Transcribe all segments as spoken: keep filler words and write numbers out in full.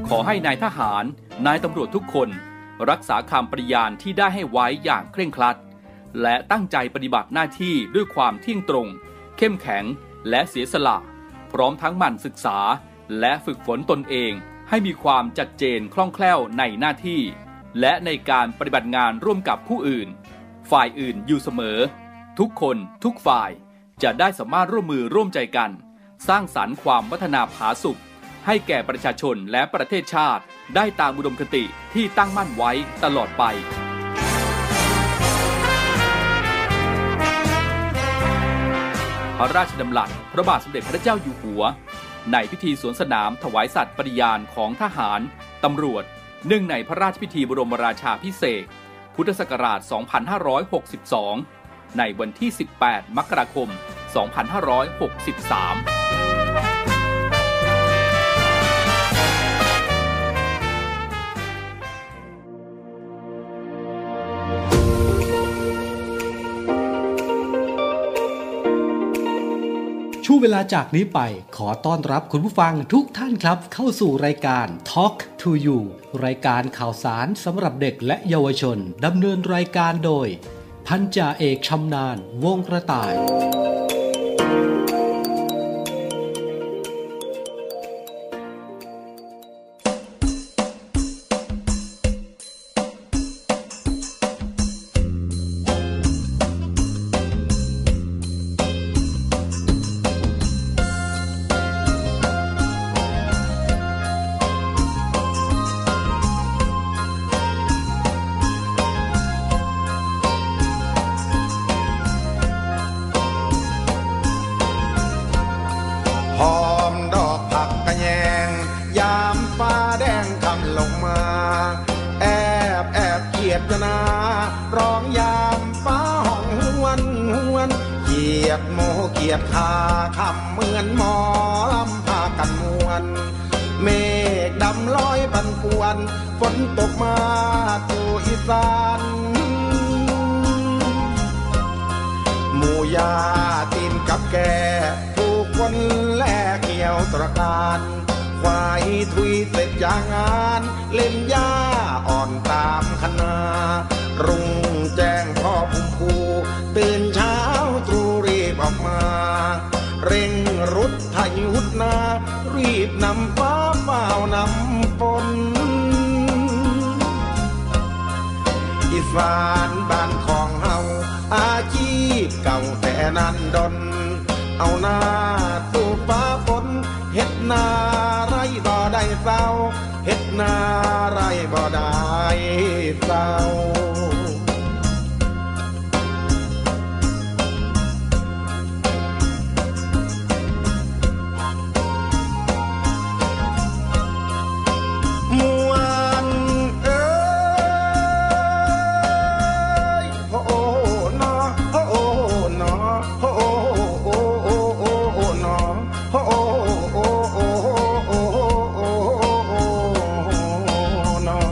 ขอให้นายทหารนายตำรวจทุกคนรักษาคำปฏิญาณที่ได้ให้ไว้อย่างเคร่งครัดและตั้งใจปฏิบัติหน้าที่ด้วยความเที่ยงตรงเข้มแข็งและเสียสละพร้อมทั้งหมั่นศึกษาและฝึกฝนตนเองให้มีความจัดเจนคล่องแคล่วในหน้าที่และในการปฏิบัติงานร่วมกับผู้อื่นฝ่ายอื่นอยู่เสมอทุกคนทุกฝ่ายจะได้สามารถร่วมมือร่วมใจกันสร้างสรรค์ความพัฒนาผาสุกให้แก่ประชาชนและประเทศชาติได้ตามอุดมคติที่ตั้งมั่นไว้ตลอดไปพระราชดำรัสพระบาทสมเด็จพระเจ้าอยู่หัวในพิธีสวนสนามถวายสัตย์ปฏิญาณของทหารตำรวจเนื่องในพระราชพิธีบรมราชาภิเษกพุทธศักราช สองพันห้าร้อยหกสิบสอง ในวันที่ สิบแปด มกราคม สองพันห้าร้อยหกสิบสามช่วงเวลาจากนี้ไปขอต้อนรับคุณผู้ฟังทุกท่านครับเข้าสู่รายการ Talk to You รายการข่าวสารสำหรับเด็กและเยาวชนดำเนินรายการโดยพันจ่าเอกชำนาญวงกระต่ายร้องยามฟ้าห้องหวนหวนเหยียดโมเกียดคาคำเหมือนหมอลำพากันมวนเมฆดำลอยพันปวนฝนตกมาสู่อีสานหมู่ยาตีนกับแก่ผู้คนแลเกี่ยวตระการควายทุยเสร็จจากงานเล่นหญ้าอ่อนตามคณารุ่งแจ้งพ่อพุ่มพูตื่นเช้าตรู่รีบออกมาเร่งรุดไถหุดนารีบนำฟ้าเฝ้านำฝนอีสานบ้านของเฮาอาชีพเก่าแต่นั้นดนเอาหน้าตู้ฟ้าฝนเฮ็ดนาไรบ่ได้เศร้าเฮ็ดนาไรบ่ได้เศร้ามวนเอ้ยโอ้โอ้นอโอ้โอ้นอโอ้โอ้โอ้โอ้โอ้โอ้นอโอ้โอ้โอ้โอ้โอ้โอ้นอ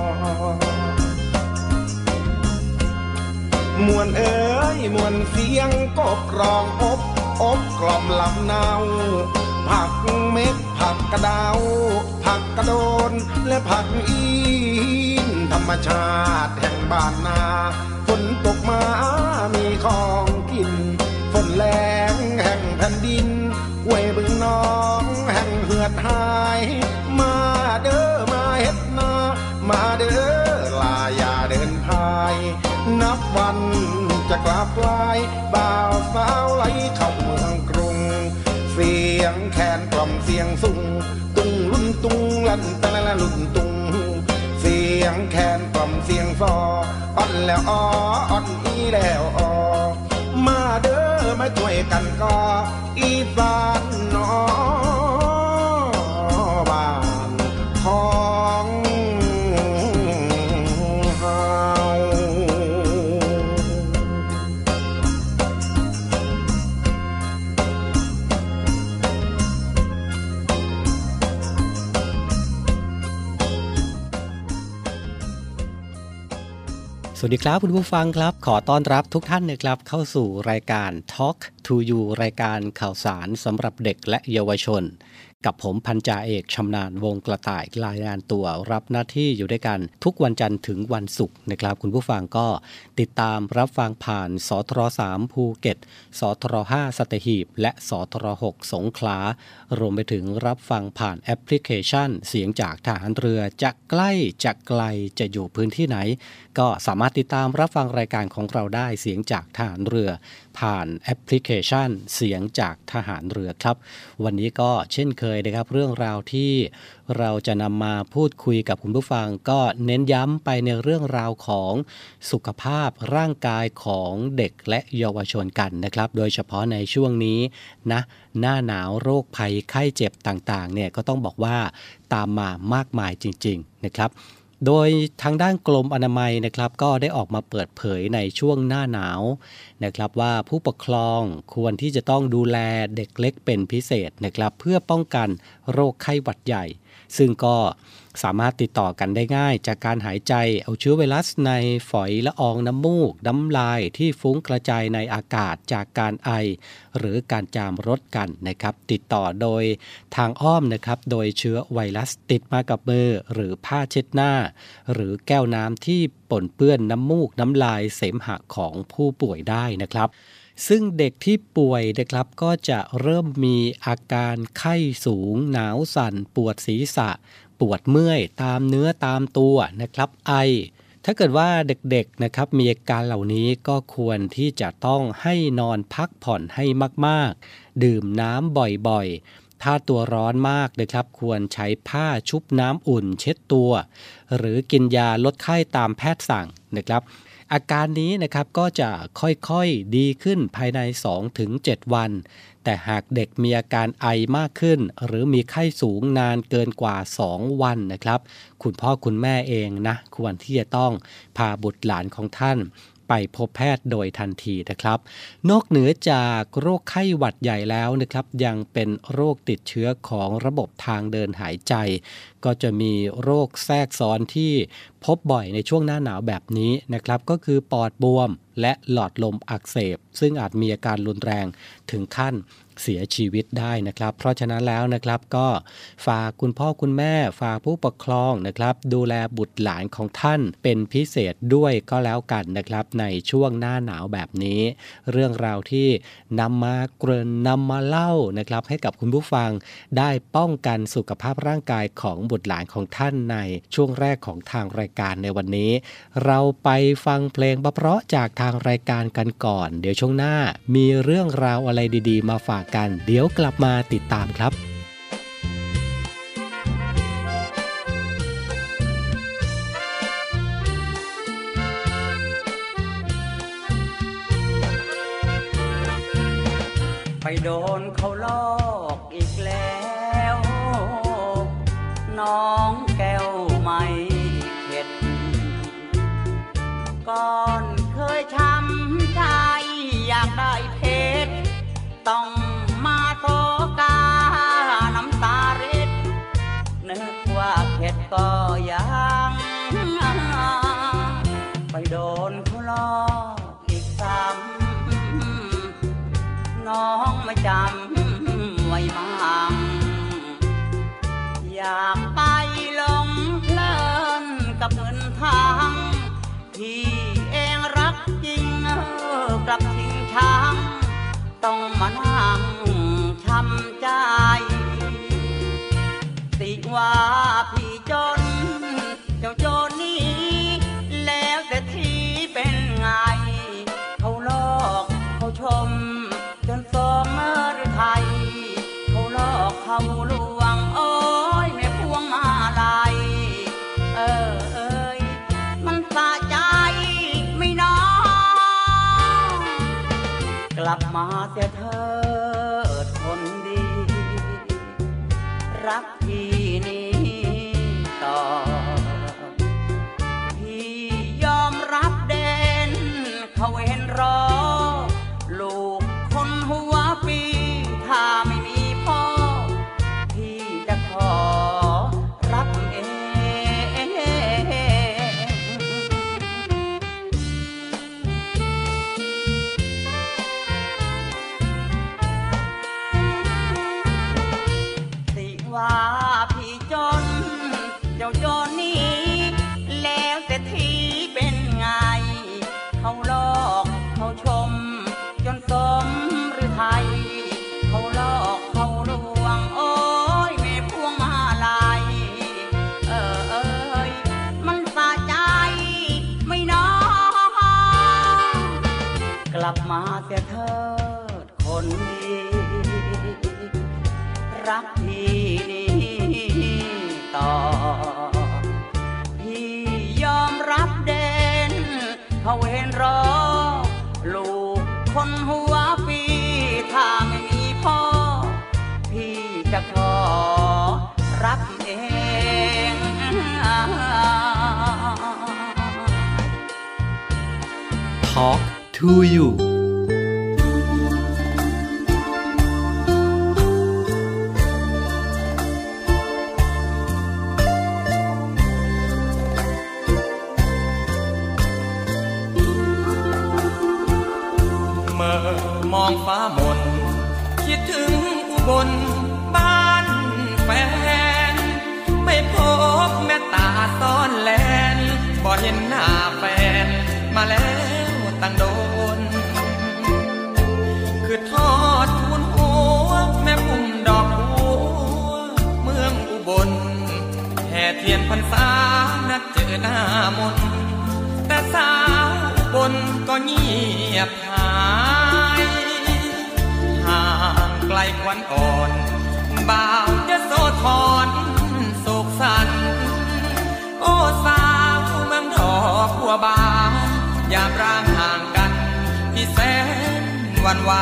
มวนเอ้ยมวนเสียงกบร้องอบอบกล่อมลำนาวผักเม็ดผักกระดาวผักกระโดนและผักอีนธรรมชาติแห่งบ้านนาฝนตกมามีของกินฝนแรงแห่งแผ่นดินห้วยบึงน้องแห่งเหือดหายมาเด้อมาเฮ็ดนามาเด้อลาอย่าเดินพายนับวันจะกลับลายบ่าวสาวไหลเข้าเมืองกรุงเสียงแคนกล่อมเสียงสุ่งตุงลุ่นตุงลั่นตะละละลุ่นตุงเสียงแคนกล่อมเสียงซออ่อนแล้วอ้ออ่อนอีแล้วอ้อมาเด้อมาช่วยกันก่ออีสานน้อบ้านของเฮาสวัสดีครับคุณผู้ฟังครับขอต้อนรับทุกท่านนะครับเข้าสู่รายการ Talk to You รายการข่าวสารสำหรับเด็กและเยาวชนกับผมพันจ่าเอกชำนาญวงกระต่ายรายงานตัวรับหน้าที่อยู่ด้วยกันทุกวันจันทร์ถึงวันศุกร์นะครับคุณผู้ฟังก็ติดตามรับฟังผ่านสทรสามภูเก็ตสทรห้าสัตหีบและสทรหกสงขลารวมไปถึงรับฟังผ่านแอปพลิเคชันเสียงจากทหารเรือจะใกล้จะไกลจะอยู่พื้นที่ไหนก็สามารถติดตามรับฟังรายการของเราได้เสียงจากทหารเรือผ่านแอปพลิเคชันเสียงจากทหารเรือครับวันนี้ก็เช่นเคยนะครับเรื่องราวที่เราจะนำมาพูดคุยกับคุณผู้ฟังก็เน้นย้ำไปในเรื่องราวของสุขภาพร่างกายของเด็กและเยาวชนกันนะครับโดยเฉพาะในช่วงนี้นะหน้าหนาวโรคภัยไข้เจ็บต่างๆเนี่ยก็ต้องบอกว่าตามมามากมายจริงๆนะครับโดยทางด้านกรมอนามัยนะครับก็ได้ออกมาเปิดเผยในช่วงหน้าหนาวนะครับว่าผู้ปกครองควรที่จะต้องดูแลเด็กเล็กเป็นพิเศษนะครับเพื่อป้องกันโรคไข้หวัดใหญ่ซึ่งก็สามารถติดต่อกันได้ง่ายจากการหายใจเอาเชื้อไวรัสในฝอยละอองน้ำมูกน้ำลายที่ฟุ้งกระจายในอากาศจากการไอหรือการจามรถกันนะครับติดต่อโดยทางอ้อมนะครับโดยเชื้อไวรัสติดมากับมือหรือผ้าเช็ดหน้าหรือแก้วน้ำที่ปนเปื้อนน้ำมูกน้ำลายเสมหะของผู้ป่วยได้นะครับซึ่งเด็กที่ป่วยนะครับก็จะเริ่มมีอาการไข้สูงหนาวสั่นปวดศีรษะปวดเมื่อยตามเนื้อตามตัวนะครับไอถ้าเกิดว่าเด็กๆนะครับมีอาการเหล่านี้ก็ควรที่จะต้องให้นอนพักผ่อนให้มากๆดื่มน้ำบ่อยๆถ้าตัวร้อนมากนะครับควรใช้ผ้าชุบน้ำอุ่นเช็ดตัวหรือกินยาลดไข้ตามแพทย์สั่งนะครับอาการนี้นะครับก็จะค่อยๆดีขึ้นภายใน สองถึงเจ็ด วันแต่หากเด็กมีอาการไอมากขึ้นหรือมีไข้สูงนานเกินกว่าสองวันนะครับคุณพ่อคุณแม่เองนะควรที่จะต้องพาบุตรหลานของท่านไปพบแพทย์โดยทันทีนะครับนอกเหนือจากโรคไข้หวัดใหญ่แล้วนะครับยังเป็นโรคติดเชื้อของระบบทางเดินหายใจก็จะมีโรคแทรกซ้อนที่พบบ่อยในช่วงหน้าหนาวแบบนี้นะครับก็คือปอดบวมและหลอดลมอักเสบซึ่งอาจมีอาการรุนแรงถึงขั้นเสียชีวิตได้นะครับเพราะฉะนั้นแล้วนะครับก็ฝากคุณพ่อคุณแม่ฝากผู้ปกครองนะครับดูแลบุตรหลานของท่านเป็นพิเศษด้วยก็แล้วกันนะครับในช่วงหน้าหนาวแบบนี้เรื่องราวที่นำมาเกริ่นนำมาเล่านะครับให้กับคุณผู้ฟังได้ป้องกันสุขภาพร่างกายของบุตรหลานของท่านในช่วงแรกของทางรายการในวันนี้เราไปฟังเพลงเพราะๆจากทางรายการกันก่อนเดี๋ยวช่วงหน้ามีเรื่องราวอะไรดีๆมาฝากกันเดี๋ยวกลับมาติดตามครับไปโดนเขาลอกอีกแล้วน้องแก้วไม่เข็ดก่อนเคยช้ำใจอยากได้เพชรต้องมาโศกาน้ำตาริดนึกว่าเข็ดก็ยังไปโดนเขาลอกอีกซ้ำน้องไม่จำไว้มั่งอยากไปหลงเพลินกับเงินทางที่เองรักจริงกลับทิ้งช้างต้องมานั่งช้ำใจติว่าพี่จนเจ้าโจรนี้แล้วแต่ที่เป็นไงเขาลอกเขาชมจนสมฤทัยเขาลอกเขาลวงโอ้ยแม่พวงมาลัยเออเอ้ยมันสะใจไม่น้องกลับมาเสียเถิดคนดีรักพี่นี้ต่อพี่ยอมรับเด่นเขาเห็นรอลูกคนหัวปีถ้าไม่มีพ่อพี่จะขอรับเองลับมาเสียเถิดคนดีรักพี่นี้ต่อพี่ยอมรับเด่นเขาเห็นรอลูกคนหัวปีถ้าไม่มีพ่อพี่จะขอรับเอง Talk to you มองฟ้ามนคิดถึงอุบลบ้านแฟนไม่พบแม่ตาซ้อนแลนบ่เห็นหน้าแฟนมาแล้วตั้งโดนคือทอดทูลหัวแม่พุ่มดอกบัวเมืองอุบลแห่เทียนพรรษานัดเจอหน้ามนแต่สาวอุบลก็เงียบหายห่างไกลควันอ่อนบ่าวยโสธรโศกสันโอ้สาวเมืองดอกบัวบานยามร่างห่างกันพี่แสนหวั่นไหว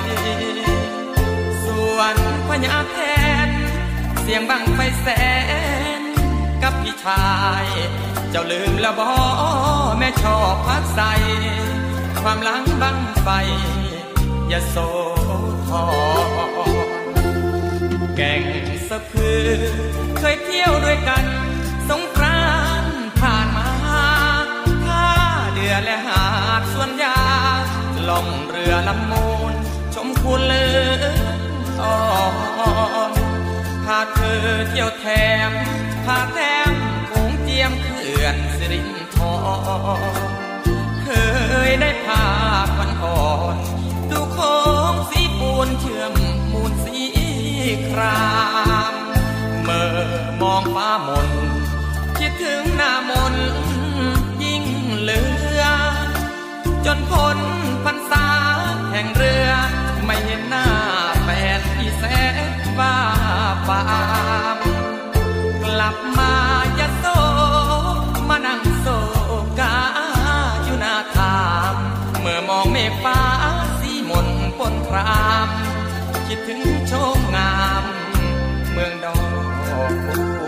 ส่วนพญาแทนเสียงบังไฟแสนกับพี่ชายเจ้าลืมละบ่แม่ชอบพักใสความหลังบังไฟยโสธรแก่งสะพือเคยเที่ยวด้วยกันสงกรานต์ผ่านมาท่าเดือและหาดสวนยาล่องเรือลำมูลชมคุณเลืออ่อนพาเธอเที่ยวแถมพาแถมคงเจียมเขื่อนสิรินธรเคยได้พาควันอ่อนดูโค้งสีปูนเชื่อมมูลสีครามเมื่อมองฟ้ามนคิดถึงหน้ามนยิ่งเหลือจนพ้นพรรษาแห่งเรือไม่เห็นหน้าแฟนที่แสนว่าปามกลับมายโสมานั่งโศกาอยู่หน้าทางเมื่อมองเมฆฟ้าสีมนปนพรามคิดถึงโชมงามเมืองดอกบัว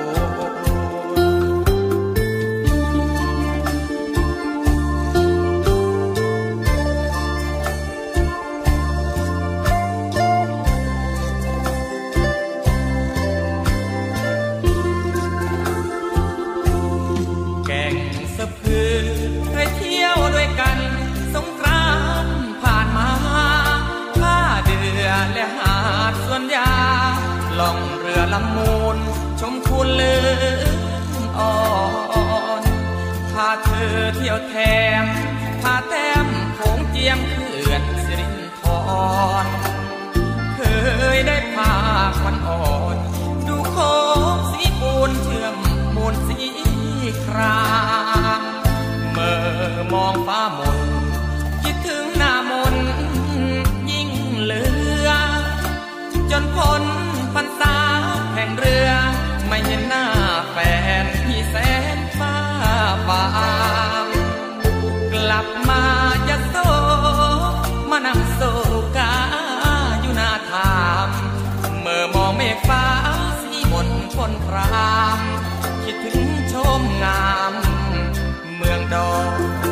แก่งสะพือเคยเที่ยวด้วยกันสงกรานต์ผ่านมาท่าเดือและหาดสวนยาล่องเรือลำมูลชมคุณเลืออ่อนพาเธอเที่ยวแถมพาแต้มโขงเจียมเขื่อนสิรินธรเคยได้พาควันอ่อนดูโค้งสีปูนเชื่อมมูลสีครามเมื่อมองฟ้ามนคิดถึงหน้ามนยิ่งเหลือจนพ้นพรรษาแห่งเรือไม่เห็นหน้าแฟนที่แสนฟ้าบางกลับมายโสมานั่งโศกาอยู่หน้าทามเมื่อมองเมฆฟ้าสีมนพนพรามคิดถึงชมงามเมืองดอก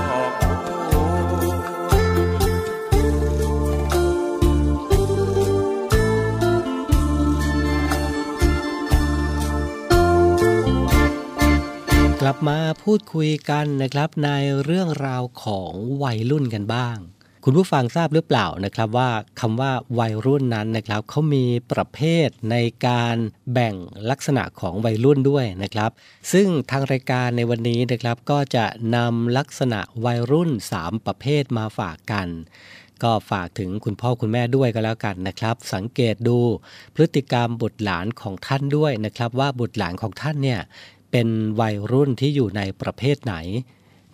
กลับมาพูดคุยกันนะครับในเรื่องราวของวัยรุ่นกันบ้างคุณผู้ฟังทราบหรือเปล่านะครับว่าคำว่าวัยรุ่นนั้นนะครับเขามีประเภทในการแบ่งลักษณะของวัยรุ่นด้วยนะครับซึ่งทางรายการในวันนี้นะครับก็จะนำลักษณะวัยรุ่นสามประเภทมาฝากกันก็ฝากถึงคุณพ่อคุณแม่ด้วยก็แล้วกันนะครับสังเกตดูพฤติกรรมบุตรหลานของท่านด้วยนะครับว่าบุตรหลานของท่านเนี่ยเป็นวัยรุ่นที่อยู่ในประเภทไหน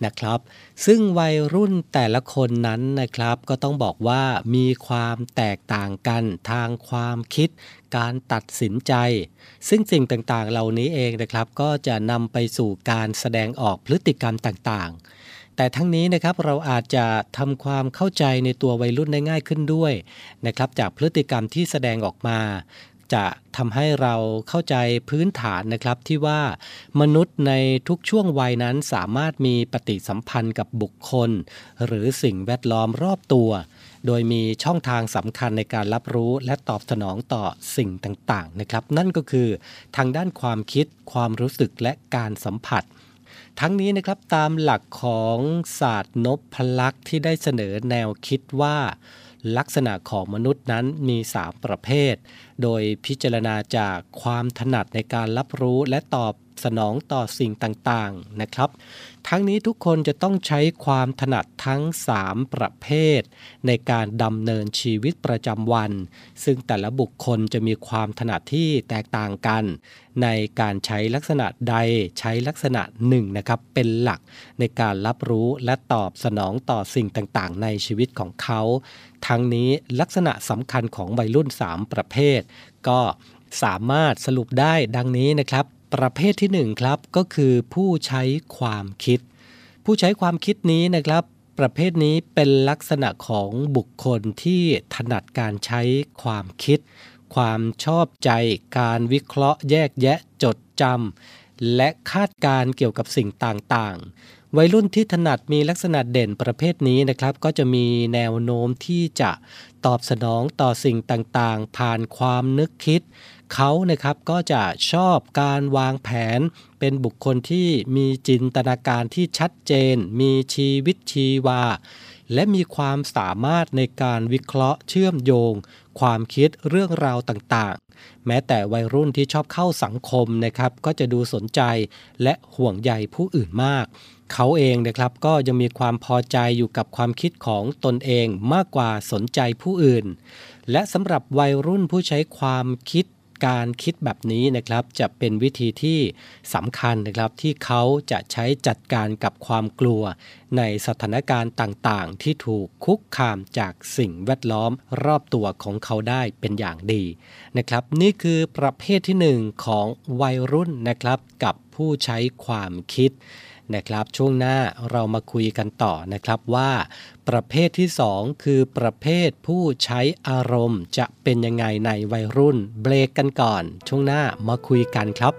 นะครับซึ่งวัยรุ่นแต่ละคนนั้นนะครับก็ต้องบอกว่ามีความแตกต่างกันทางความคิดการตัดสินใจซึ่งสิ่งต่างๆเหล่านี้เองนะครับก็จะนำไปสู่การแสดงออกพฤติกรรมต่างๆแต่ทั้งนี้นะครับเราอาจจะทำความเข้าใจในตัววัยรุ่นได้ง่ายขึ้นด้วยนะครับจากพฤติกรรมที่แสดงออกมาจะทำให้เราเข้าใจพื้นฐานนะครับที่ว่ามนุษย์ในทุกช่วงวัยนั้นสามารถมีปฏิสัมพันธ์กับบุคคลหรือสิ่งแวดล้อมรอบตัวโดยมีช่องทางสำคัญในการรับรู้และตอบสนองต่อสิ่งต่างๆนะครับนั่นก็คือทางด้านความคิดความรู้สึกและการสัมผัสทั้งนี้นะครับตามหลักของศาสตร์นพลักษ์ที่ได้เสนอแนวคิดว่าลักษณะของมนุษย์นั้นมีสามประเภทโดยพิจารณาจากความถนัดในการรับรู้และตอบสนองต่อสิ่งต่างๆนะครับทั้งนี้ทุกคนจะต้องใช้ความถนัดทั้งสามประเภทในการดำเนินชีวิตประจำวันซึ่งแต่ละบุคคลจะมีความถนัดที่แตกต่างกันในการใช้ลักษณะใดใช้ลักษณะหนึ่งนะครับเป็นหลักในการรับรู้และตอบสนองต่อสิ่งต่างๆในชีวิตของเขาทั้งนี้ลักษณะสำคัญของวัยรุ่นสามประเภทก็สามารถสรุปได้ดังนี้นะครับประเภทที่หนึ่งครับก็คือผู้ใช้ความคิดผู้ใช้ความคิดนี้นะครับประเภทนี้เป็นลักษณะของบุคคลที่ถนัดการใช้ความคิดความชอบใจการวิเคราะห์แยกแยะจดจำและคาดการณ์เกี่ยวกับสิ่งต่างๆวัยรุ่นที่ถนัดมีลักษณะเด่นประเภทนี้นะครับก็จะมีแนวโน้มที่จะตอบสนองต่อสิ่งต่างๆผ่านความนึกคิดเขานะครับก็จะชอบการวางแผนเป็นบุคคลที่มีจินตนาการที่ชัดเจนมีชีวิตชีวาและมีความสามารถในการวิเคราะห์เชื่อมโยงความคิดเรื่องราวต่างๆแม้แต่วัยรุ่นที่ชอบเข้าสังคมนะครับก็จะดูสนใจและห่วงใยผู้อื่นมากเขาเองนะครับก็ยังมีความพอใจอยู่กับความคิดของตนเองมากกว่าสนใจผู้อื่นและสำหรับวัยรุ่นผู้ใช้ความคิดการคิดแบบนี้นะครับจะเป็นวิธีที่สำคัญนะครับที่เขาจะใช้จัดการกับความกลัวในสถานการณ์ต่างๆที่ถูกคุกคามจากสิ่งแวดล้อมรอบตัวของเขาได้เป็นอย่างดีนะครับนี่คือประเภทที่หนึ่งของวัยรุ่นนะครับกับผู้ใช้ความคิดนะครับช่วงหน้าเรามาคุยกันต่อนะครับว่าประเภทที่สองคือประเภทผู้ใช้อารมณ์จะเป็นยังไงในวัยรุ่นเบรกกันก่อนช่วงหน้ามาคุยกันครับ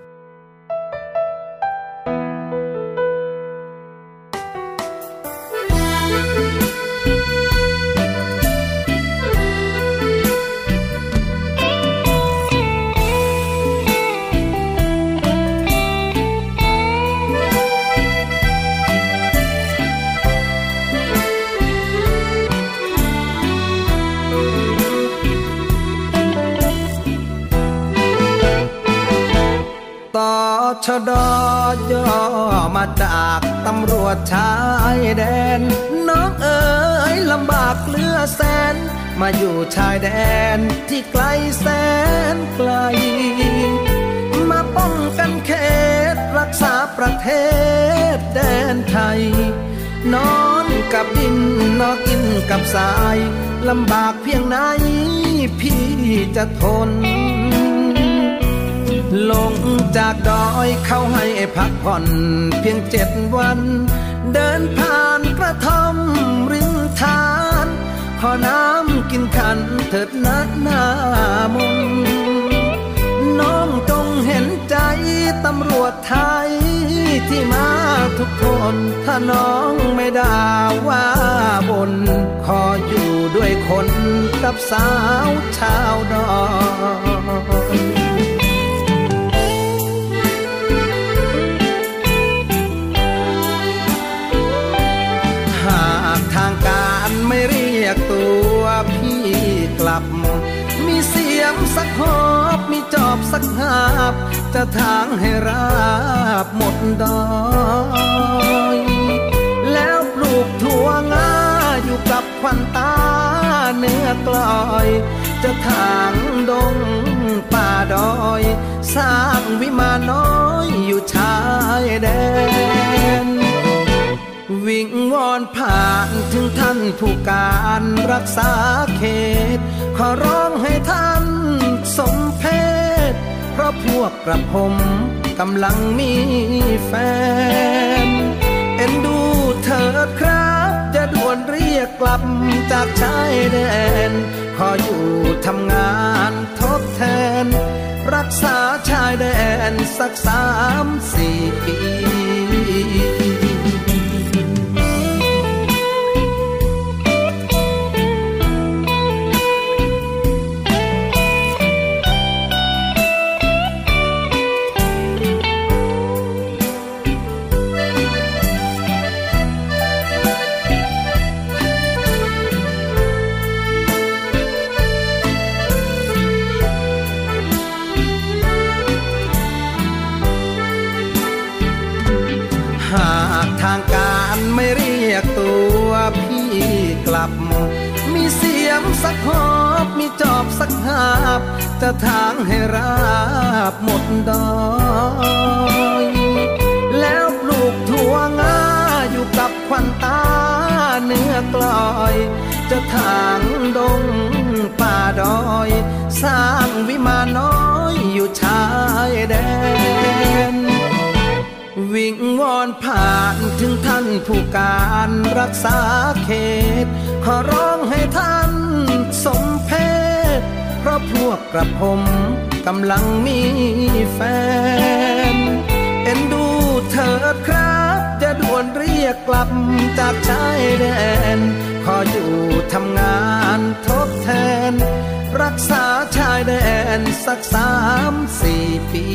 ชดย่อมาจากตำรวจชายแดนน้องเอ๋ยลำบากเหลือแสนมาอยู่ชายแดนที่ไกลแสนไกลมาป้องกันเขตรักษาประเทศแดนไทยนอนกับดินนอนกินกับทรายลำบากเพียงไหนพี่จะทนลงจากดอยเข้าให้พักผ่อนเพียงเจ็ดวันเดินผ่านกระท่อมริมทานขอน้ำกินขันเถิดนัดหน้ามนน้องจงเห็นใจตำรวจไทยที่มาทุกคนถ้าน้องไม่ด่าว่าบนขออยู่ด้วยคนกับสาวชาวดอยทางการไม่เรียกตัวพี่กลับมีเสียงสักหอบมีจอบสักหาบจะทางให้ราบหมดดอยแล้วปลูกถั่วงาอยู่กับควันตาเนื้อกลอยจะทางดงป่าดอยสร้างวิมานน้อยอยู่ชายแดนวิงวอนผ่านถึงท่านผู้การรักษาเขตขอร้องให้ท่านสมเพชเพราะพวกกระผมกำลังมีแฟนเอ็นดูเถิดครับจะด่วนเรียกกลับจากชายแดนขออยู่ทำงานทดแทนรักษาชายแดนสักสามสี่ปีหากทางการไม่เรียกตัวพี่กลับมีเสียมสักหอบมีจอบสักหาบจะทางให้ราบหมดดอยแล้วปลูกถั่วงาอยู่กับควันตาเนื้อกลอยจะทางดงป่าดอยสร้างวิมานน้อยอยู่ชายแดนวิงวอนผ่านถึงท่านผู้การรักษาเขตขอร้องให้ท่านสมเพชเพราะพวกกระผมกำลังมีแฟนเอ็นดูเถิดครับจะด่วนเรียกกลับจากชายแดนขออยู่ทำงานทดแทนรักษาชายแดนสักสามสี่ปี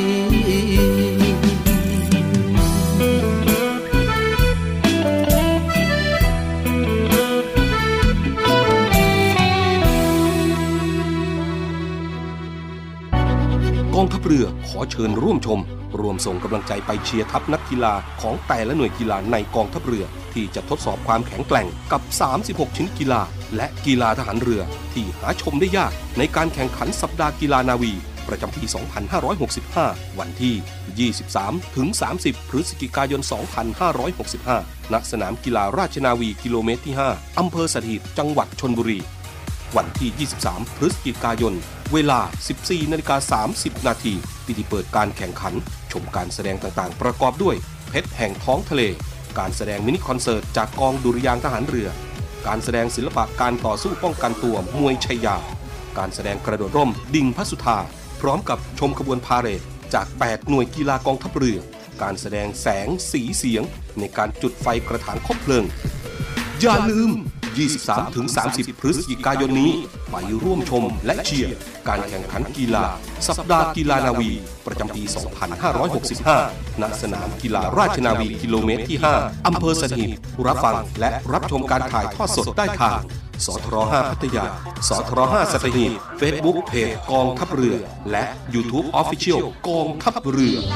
กองทัพเรือขอเชิญร่วมชมรวมส่งกำลังใจไปเชียร์ทัพนักกีฬาของแต่ละหน่วยกีฬาในกองทัพเรือที่จะทดสอบความแข็งแกร่งกับสามสิบหกชนิดกีฬาและกีฬาทหารเรือที่หาชมได้ยากในการแข่งขันสัปดาห์กีฬานาวีประจำปี สองพันห้าร้อยหกสิบห้า วันที่ ยี่สิบสามถึงสามสิบ พฤศจิกายน สองพันห้าร้อยหกสิบห้า ณ สนามกีฬาราชนาวีกิโลเมตรที่ ห้า อำเภอสถิต จังหวัดชลบุรีวันที่ ยี่สิบสาม พฤศจิกายน เวลา สิบสี่นาฬิกาสามสิบ นาทีพิธีเปิดการแข่งขันชมการแสดงต่างๆประกอบด้วยเพชรแห่งท้องทะเลการแสดงมินิคอนเสิร์ตจากกองดุริยางค์ทหารเรือการแสดงศิลปะการต่อสู้ป้องกันตัวมวยชัยยาการแสดงกระโดดร่มดิ่งพระสุธาพร้อมกับชมขบวนพาเหรดจากแปดหน่วยกีฬากองทัพเรือการแสดงแสงสีเสียงในการจุดไฟกระถางคบเพลิงอย่าลืม ยี่สิบสามถึงสามสิบ พฤศจิกายนนี้ไปร่วมชมและเชียร์การแข่งขันกีฬาสัปดาห์กีฬานาวีประจำปี สองพันห้าร้อยหกสิบห้า ณ สนามกีฬาราชนาวีกิโลเมตรที่ ห้า อำเภอสถิตรับฟังและรับชมการถ่ายทอดสดได้ทางสทรห้า พัทยาสทรห้า สัตหีบ Facebook เพจกองทัพเรือและ YouTube Official กองทัพเรือ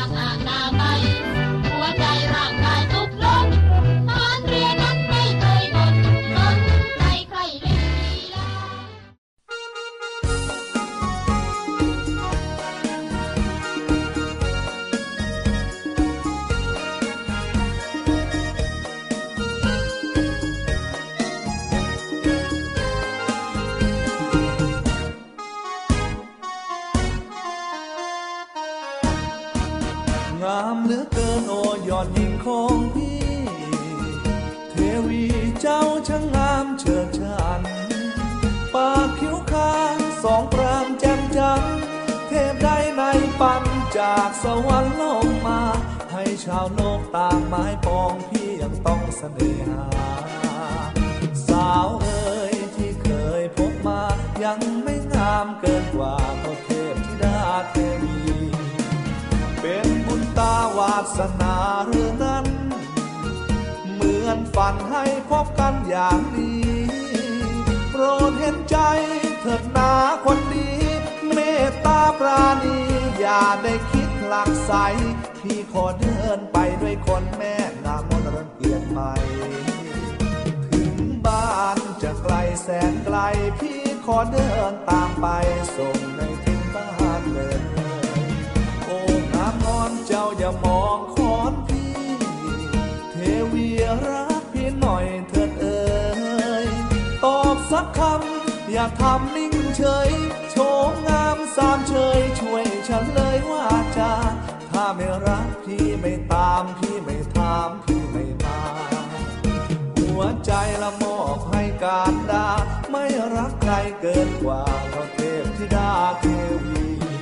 หัวใจร่างกายทุกลมทหารเรือนั้นไม่เคยบ่นสนใจใครเล่นกีฬางามเหลือเกินโอยอดหญิงของพี่เทวีเจ้าช่างงามเฉิดฉานปากคิ้วคางสองปรามแจ่มจันเทพใดในปันจากสวรรค์ลงมาให้ชาวโลกต่างหมายปองพี่ยังต้องเสน่หาสาวเอ๋ยที่เคยพบมายังไม่งามเกินกว่าก็เทพธิดาเทวีเป็นบุญตาวาสนาหรือนั้นเหมือนฝันให้พบกันอย่างนี้โปรดเห็นใจเถิดนาคนดีเมตตาปราณีอย่าได้คิดหลักใสพี่ขอเดินไปด้วยคนแม่นามนรังเกียจไม่ถึงบ้านจะไกลแสนไกลพี่ขอเดินตามไปส่งในถึงบ้านเลยโอ้งามงอนเจ้าอย่ามองคอนพี่เทวีอย่าทำนิ่งเฉยโฉมงามสามเชยช่วยฉันเลยว่าจาถ้าไม่รักพี่ไม่ตามพี่ไม่ถามพี่ไม่มาหัวใจละมอบให้การดาไม่รักใครเกินกว่าเท่าเทพธิดาเทวี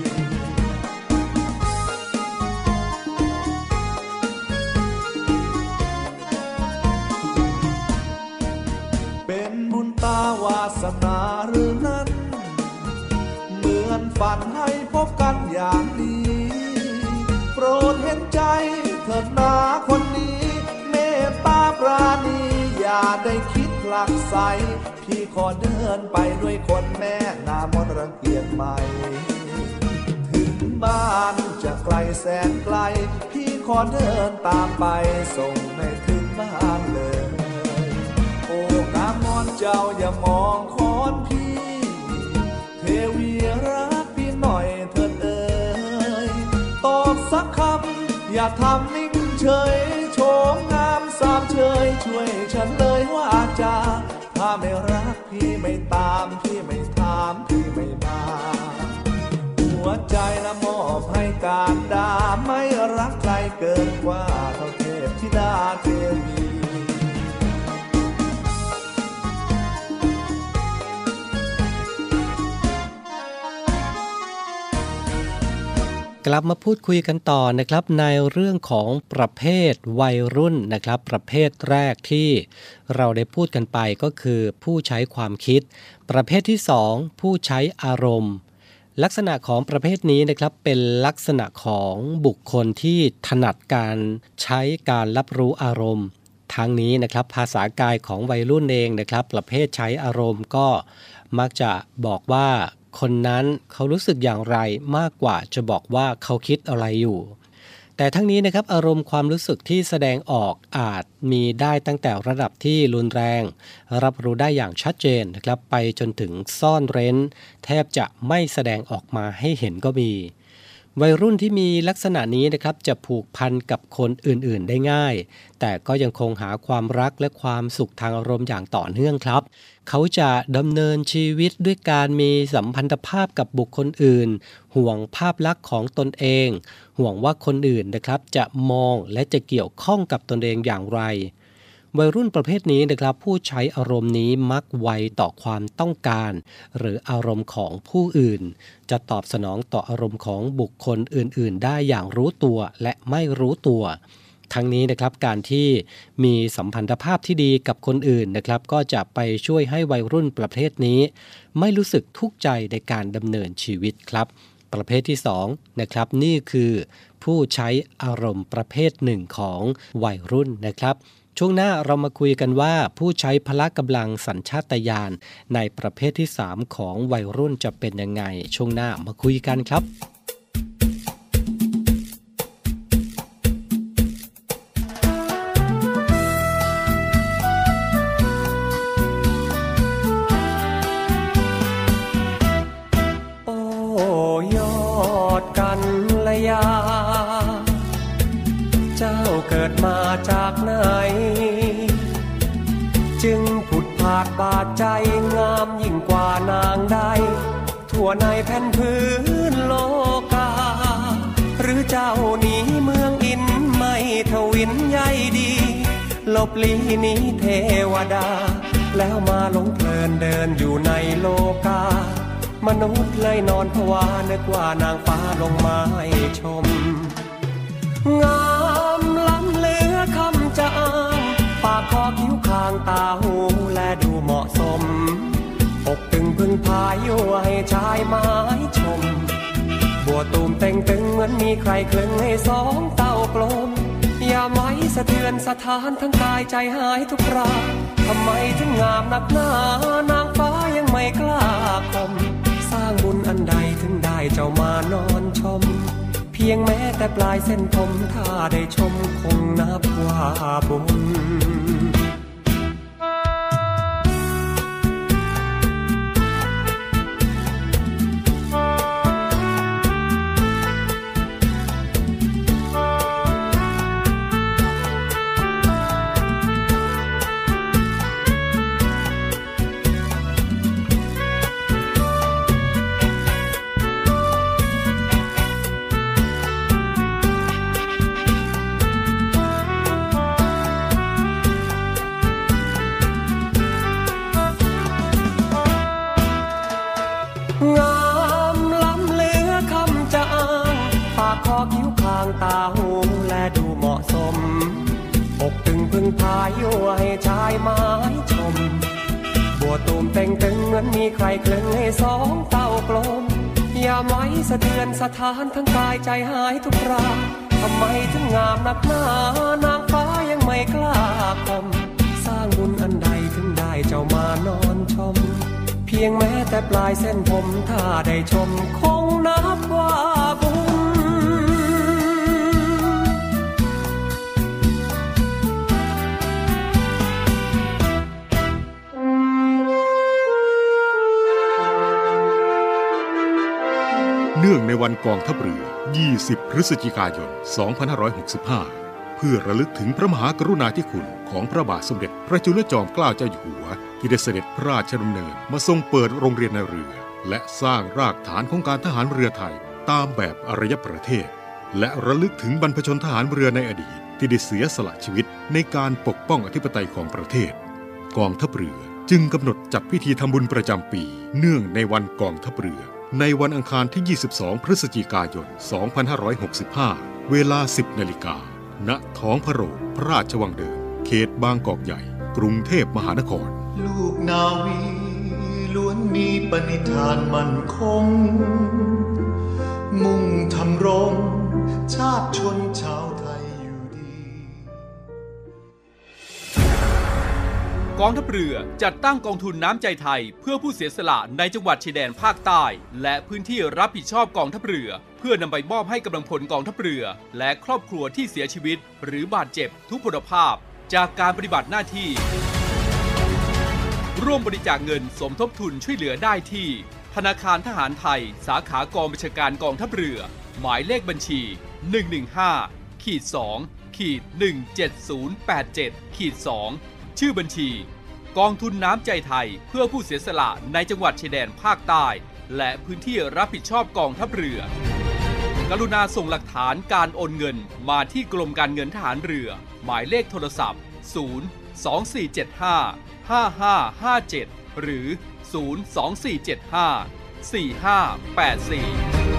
เป็นบุญตาวาสนาหรือนั้นเหมือนฝันให้พบกันอย่างนี้โปรดเห็นใจเถิดนาคนนี้เมตตาปราณีอย่าได้คิดหลักใสพี่ขอเดินไปด้วยคนแม่นามนรังเกียจใหม่ถึงบ้านจะไกลแสนไกลพี่ขอเดินตามไปส่งให้ถึงบ้านเลยโอ้กามอนเจ้าอย่ามองคอนพี่เทวีรักพี่หน่อยเถิดเอ่ยตอบสักคำอย่าทำนิ่งเฉยโฉมงามสามเชยช่วยฉันเลยว่าจาถ้าไม่รักพี่ไม่ตามพี่ไม่ถามพี่ไม่มาหัวใจละมอบให้การดาไม่รักใครเกินกว่าเท่าเทพธิดาเทวีกลับมาพูดคุยกันต่อนะครับในเรื่องของประเภทวัยรุ่นนะครับประเภทแรกที่เราได้พูดกันไปก็คือผู้ใช้ความคิดประเภทที่สองผู้ใช้อารมณ์ลักษณะของประเภทนี้นะครับเป็นลักษณะของบุคคลที่ถนัดการใช้การรับรู้อารมณ์ทั้งนี้นะครับภาษากายของวัยรุ่นเองนะครับประเภทใช้อารมณ์ก็มักจะบอกว่าคนนั้นเขารู้สึกอย่างไรมากกว่าจะบอกว่าเขาคิดอะไรอยู่แต่ทั้งนี้นะครับอารมณ์ความรู้สึกที่แสดงออกอาจมีได้ตั้งแต่ระดับที่รุนแรงรับรู้ได้อย่างชัดเจนนะครับไปจนถึงซ่อนเร้นแทบจะไม่แสดงออกมาให้เห็นก็มีวัยรุ่นที่มีลักษณะนี้นะครับจะผูกพันกับคนอื่นๆได้ง่ายแต่ก็ยังคงหาความรักและความสุขทางอารมณ์อย่างต่อเนื่องครับเขาจะดำเนินชีวิตด้วยการมีสัมพันธภาพกับบุคคลอื่นห่วงภาพลักษณ์ของตนเองห่วงว่าคนอื่นนะครับจะมองและจะเกี่ยวข้องกับตนเองอย่างไรวัยรุ่นประเภทนี้นะครับผู้ใช้อารมณ์นี้มักไวต่อความต้องการหรืออารมณ์ของผู้อื่นจะตอบสนองต่ออารมณ์ของบุคคลอื่นๆได้อย่างรู้ตัวและไม่รู้ตัวทั้งนี้นะครับการที่มีสัมพันธภาพที่ดีกับคนอื่นนะครับก็จะไปช่วยให้วัยรุ่นประเภทนี้ไม่รู้สึกทุกข์ใจในการดำเนินชีวิตครับประเภทที่สองนะครับนี่คือผู้ใช้อารมณ์ประเภทหนึ่งของวัยรุ่นนะครับช่วงหน้าเรามาคุยกันว่าผู้ใช้พละกำลังสัญชาตญาณในประเภทที่สามของวัยรุ่นจะเป็นยังไงช่วงหน้ามาคุยกันครับโอ้ยอดกันระยาเจ้าเกิดมาจากไหนจึงผุดผาดบาดใจงามยิ่งกว่านางใดทั่วในแผ่นพื้นโลกาหรือเจ้าหนีเมืองอินไม่ทวินใยดีหลบลีหนีเทวดาแล้วมาหลงเพลินเดินอยู่ในโลกามนุษย์เลยนอนภาวะนึกว่านางฟ้าลงมาให้ชมงามล้ำเหลือคำจะอ้างปากคอคิ้วคางตาหูและดูเหมาะสมอกตึงพึ่งพายั่วให้ชายไม้ชมบัวตูมเต่งตึงเหมือนมีใครคลึงให้สองเต้ากลมอย่าไว้สะเทือนสถานทั้งกายใจหายทุกคราทำไมถึงงามนักหนานางฟ้ายังไม่กล้าคมสร้างบุญอันใดถึงได้เจ้ามานอนชมเพียงแม้แต่ปลายเส้นผมถ้าได้ชมคงนับว่าบุญายยั่วให้ชายไม้ชมบัวตูมเต่งตึงเหมือนมีใครคลึงให้สองเต้ากลมยามไว้สะเทือนสถานทั้งกายใจหายทุกราทำไมถึงงามนักหนานางฟ้ายังไม่กล้าคมสร้างบุญอันใดถึงได้เจ้ามานอนชมเพียงแม้แต่ปลายเส้นผมถ้าได้ชมคงนับว่าบุญเนื่องในวันกองทัพเรือยี่สิบพฤศจิกายนสองพันห้าร้อยหกสิบห้าเพื่อระลึกถึงพระมหากรุณาธิคุณของพระบาทสมเด็จพระจุลจอมเกล้าเจ้าอยู่หัวที่ได้เสด็จพระราชดำเนินมาทรงเปิดโรงเรียนในเรือและสร้างรากฐานของการทหารเรือไทยตามแบบอารยประเทศและระลึกถึงบรรพชนทหารเรือในอดีตที่ได้เสียสละชีวิตในการปกป้องอธิปไตยของประเทศกองทัพเรือจึงกำหนดจัดพิธีทำบุญประจำปีเนื่องในวันกองทัพเรือในวันอังคารที่ยี่สิบสองพฤศจิกายนสองพันห้าร้อยหกสิบห้าเวลา สิบนาฬิกาณท้องพระโรงพระราชวังเดิมเขตบางกอกใหญ่กรุงเทพมหานครลูกนาวีล้วนมีปณิธานมั่นคงมุ่งทำรงชาติชนชาวไทยอยู่ดีกองทัพเรือจัดตั้งกองทุนน้ำใจไทยเพื่อผู้เสียสละในจังหวัดชายแดนภาคใต้และพื้นที่รับผิดชอบกองทัพเรือเพื่อนำไปมอบให้กำลังพลกองทัพเรือและครอบครัวที่เสียชีวิตหรือบาดเจ็บทุกพลภาพจากการปฏิบัติหน้าที่ร่วมบริจาคเงินสมทบทุนช่วยเหลือได้ที่ธนาคารทหารไทยสาขากองบัญชาการกองทัพเรือหมายเลขบัญชี หนึ่ง หนึ่ง ห้า สอง หนึ่ง เจ็ด ศูนย์ แปด เจ็ด สอง ชื่อบัญชีกองทุนน้ำใจไทยเพื่อผู้เสียสละในจังหวัดชายแดนภาคใต้และพื้นที่รับผิดชอบกองทัพเรือกรุณาส่งหลักฐานการโอนเงินมาที่กรมการเงินทหารเรือหมายเลขโทรศัพท์ศูนย์ สอง สี่ เจ็ด ห้า ห้า ห้า ห้า เจ็ดหรือศูนย์ สอง สี่ เจ็ด ห้า สี่ ห้า แปด สี่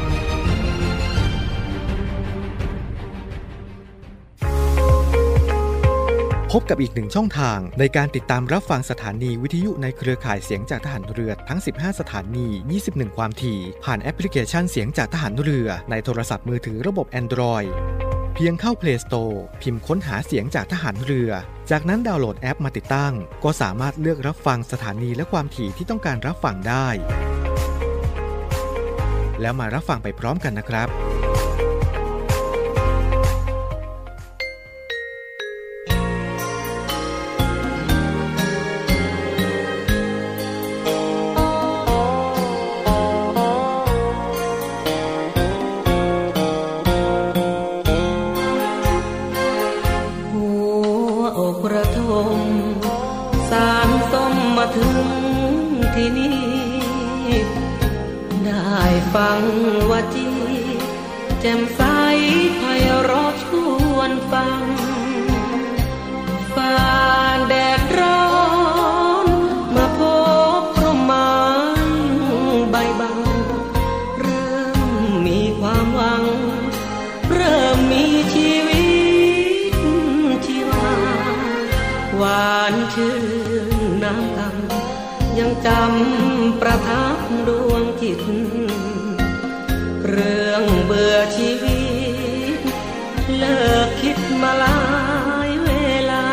พบกับอีกหนึ่งช่องทางในการติดตามรับฟังสถานีวิทยุในเครือข่ายเสียงจากทหารเรือทั้งสิบห้าสถานี ยี่สิบเอ็ด ความถี่ผ่านแอปพลิเคชันเสียงจากทหารเรือในโทรศัพท์มือถือระบบ Android เพียงเข้า Play Store พิมพ์ค้นหาเสียงจากทหารเรือจากนั้นดาวน์โหลดแอปมาติดตั้งก็สามารถเลือกรับฟังสถานีและความถี่ที่ต้องการรับฟังได้แล้วมารับฟังไปพร้อมกันนะครับฟังว่าจีแจ่มใสไพเราะชวนฟังฝ่าแดดร้อนมาพบร่มไม้ใบบางเริ่มมีความหวังเริ่มมีชีวิตชีวาหวานชื่นน้ำกำยังจำประทับดวงจิตเรื่องเบื่อชีวิตเลิกคิดมาหลายเวลา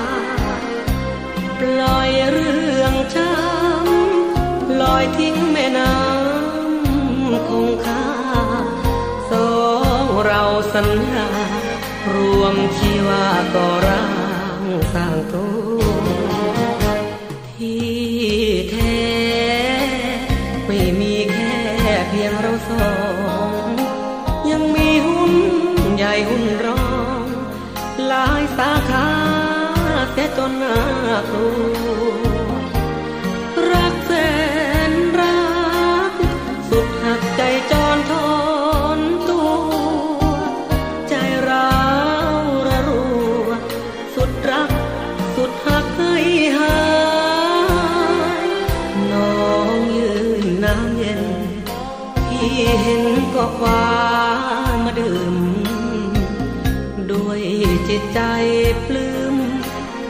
ปล่อยเรื่องช้ำลอยทิ้งแม่น้ำคงคาสองเราสัญญารวมชีวาก่อร่างสร้างตัวที่แท้ไม่มีแค่เพียงเราสองยังมีหุ้นใหญ่หุ้นรองหลายสาขาเสียจนน่ากลัวรักแสนรักสุดหักใจจรทนตัวใจร้าวระรัวสุดรักสุดหักให้หายน้องยืนน้ำเย็นที่เห็นก็คว้ามาดื่มด้วยจิตใจปลื้ม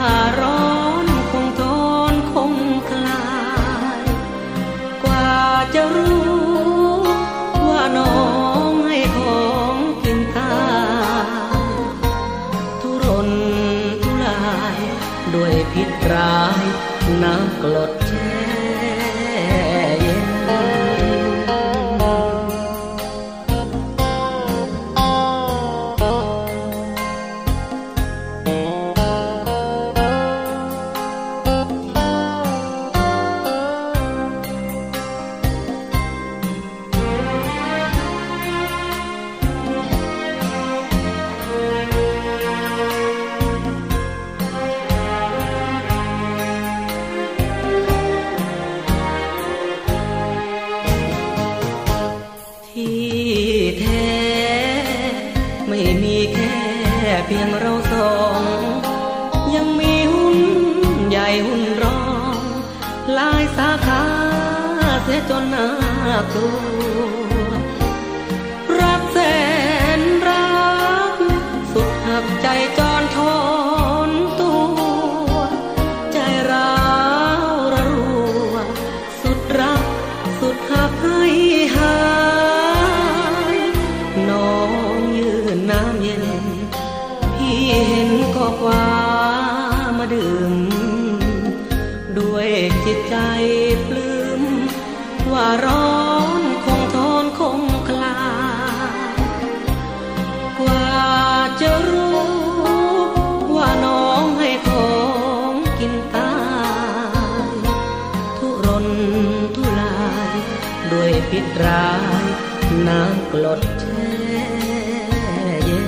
ร้อนคงทนคงคลายกว่าจะรู้ว่าน้องให้ของกินตายทุรนทุรายด้วยพิษร้ายน้ำกรดแช่เย็นเพียงเราสองยังมีหุ้นใหญ่หุ้นรองหลายสาขาเสียจนน่ากลัวรักแสนรักสุดหักใจจรทนตัวใจร้าวระรัวสุดรักสุดหักให้หายน้องยืนน้ำเย็นเห็นก็คว้ามาดื่มด้วยจิตใจปลื้มว่าร้อนคงทนคงคลายกว่าจะรู้ว่าน้องให้ของกินตายทุรนทุรายด้วยพิษร้ายน้ำกรดแช่เย็น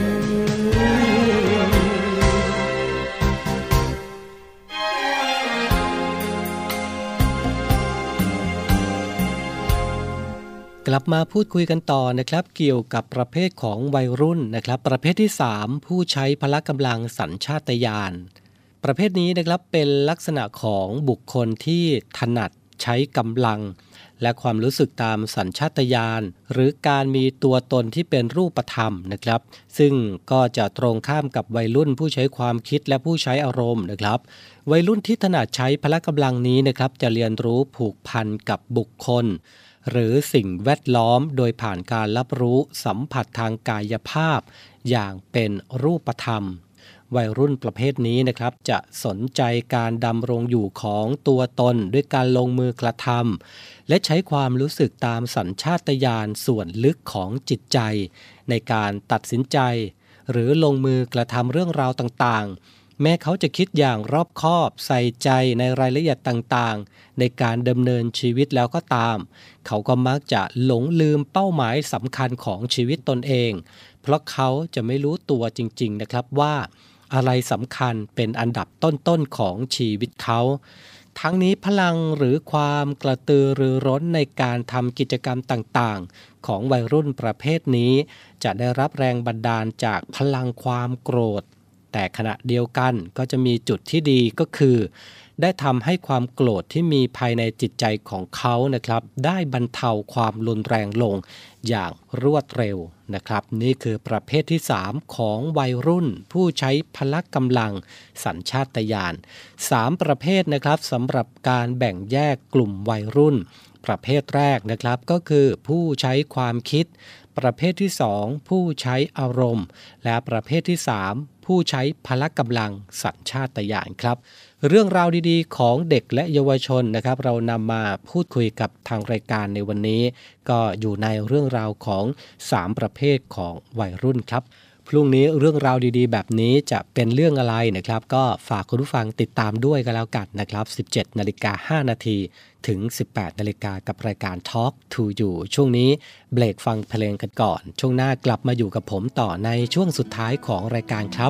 กลับมาพูดคุยกันต่อนะครับเกี่ยวกับประเภทของวัยรุ่นนะครับประเภทที่สามผู้ใช้พละกำลังสัญชาตญาณประเภทนี้นะครับเป็นลักษณะของบุคคลที่ถนัดใช้กำลังและความรู้สึกตามสัญชาตญาณหรือการมีตัวตนที่เป็นรูปธรรมนะครับซึ่งก็จะตรงข้ามกับวัยรุ่นผู้ใช้ความคิดและผู้ใช้อารมณ์นะครับวัยรุ่นที่ถนัดใช้พละกำลังนี้นะครับจะเรียนรู้ผูกพันกับบุคคลหรือสิ่งแวดล้อมโดยผ่านการรับรู้สัมผัสทางกายภาพอย่างเป็นรูปธรรมวัยรุ่นประเภทนี้นะครับจะสนใจการดำรงอยู่ของตัวตนด้วยการลงมือกระทำและใช้ความรู้สึกตามสัญชาตญาณส่วนลึกของจิตใจในการตัดสินใจหรือลงมือกระทำเรื่องราวต่างๆแม้เขาจะคิดอย่างรอบคอบใส่ใจในรายละเอียดต่างๆในการดำเนินชีวิตแล้วก็ตามเขาก็มักจะหลงลืมเป้าหมายสำคัญของชีวิตตนเองเพราะเขาจะไม่รู้ตัวจริงๆนะครับว่าอะไรสำคัญเป็นอันดับต้นๆของชีวิตเขาทั้งนี้พลังหรือความกระตือรือร้นในการทำกิจกรรมต่างๆของวัยรุ่นประเภทนี้จะได้รับแรงบันดาลจากพลังความโกรธแต่ขณะเดียวกันก็จะมีจุดที่ดีก็คือได้ทำให้ความโกรธที่มีภายในจิตใจของเขานะครับได้บรรเทาความรุนแรงลงอย่างรวดเร็วนะครับนี่คือประเภทที่สามของวัยรุ่นผู้ใช้พละกำลังสัญชาตญาณสามประเภทนะครับสำหรับการแบ่งแยกกลุ่มวัยรุ่นประเภทแรกนะครับก็คือผู้ใช้ความคิดประเภทที่สองผู้ใช้อารมณ์และประเภทที่สามผู้ใช้พละกำลังสัญชาตญาณครับเรื่องราวดีๆของเด็กและเยาวชนนะครับเรานำมาพูดคุยกับทางรายการในวันนี้ก็อยู่ในเรื่องราวของสามประเภทของวัยรุ่นครับพรุ่งนี้เรื่องราวดีๆแบบนี้จะเป็นเรื่องอะไรนะครับก็ฝากคุณผู้ฟังติดตามด้วยกันแล้วกันนะครับ สิบเจ็ดนาฬิกาห้านาทีถึง สิบแปดนาฬิกากับรายการ Talk to You ช่วงนี้เบรกฟังเพลงกันก่อนช่วงหน้ากลับมาอยู่กับผมต่อในช่วงสุดท้ายของรายการครับ